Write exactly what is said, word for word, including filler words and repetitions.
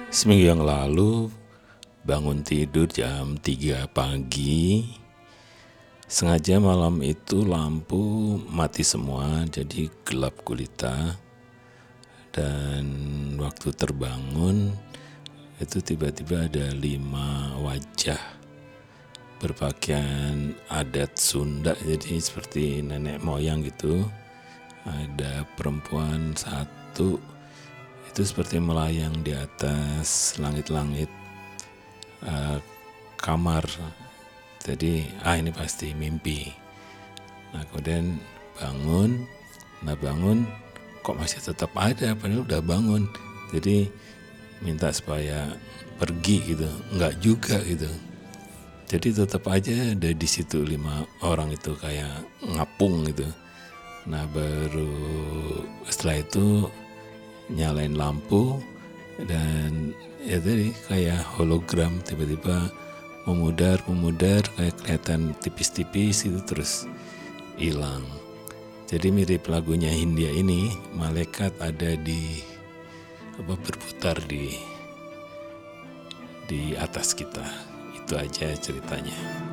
Seminggu yang lalu bangun tidur jam tiga pagi. Sengaja malam itu lampu mati semua, jadi gelap gulita. Dan waktu terbangun itu tiba-tiba ada lima wajah berpakaian adat Sunda, jadi seperti nenek moyang gitu. Ada perempuan satu, itu seperti melayang di atas langit-langit uh, kamar. Jadi ah ini pasti mimpi. Nah kemudian bangun, nah bangun kok masih tetap ada, padahal udah bangun. Jadi minta supaya pergi gitu, enggak juga gitu. Jadi tetap aja ada di situ lima orang itu kayak ngapung gitu. Nah baru setelah itu nyalain lampu dan ya tadi kayak hologram tiba-tiba memudar memudar kayak kelihatan tipis-tipis itu terus hilang. Jadi mirip lagunya Hindia ini, malaikat ada di apa berputar di di atas kita. Itu aja ceritanya.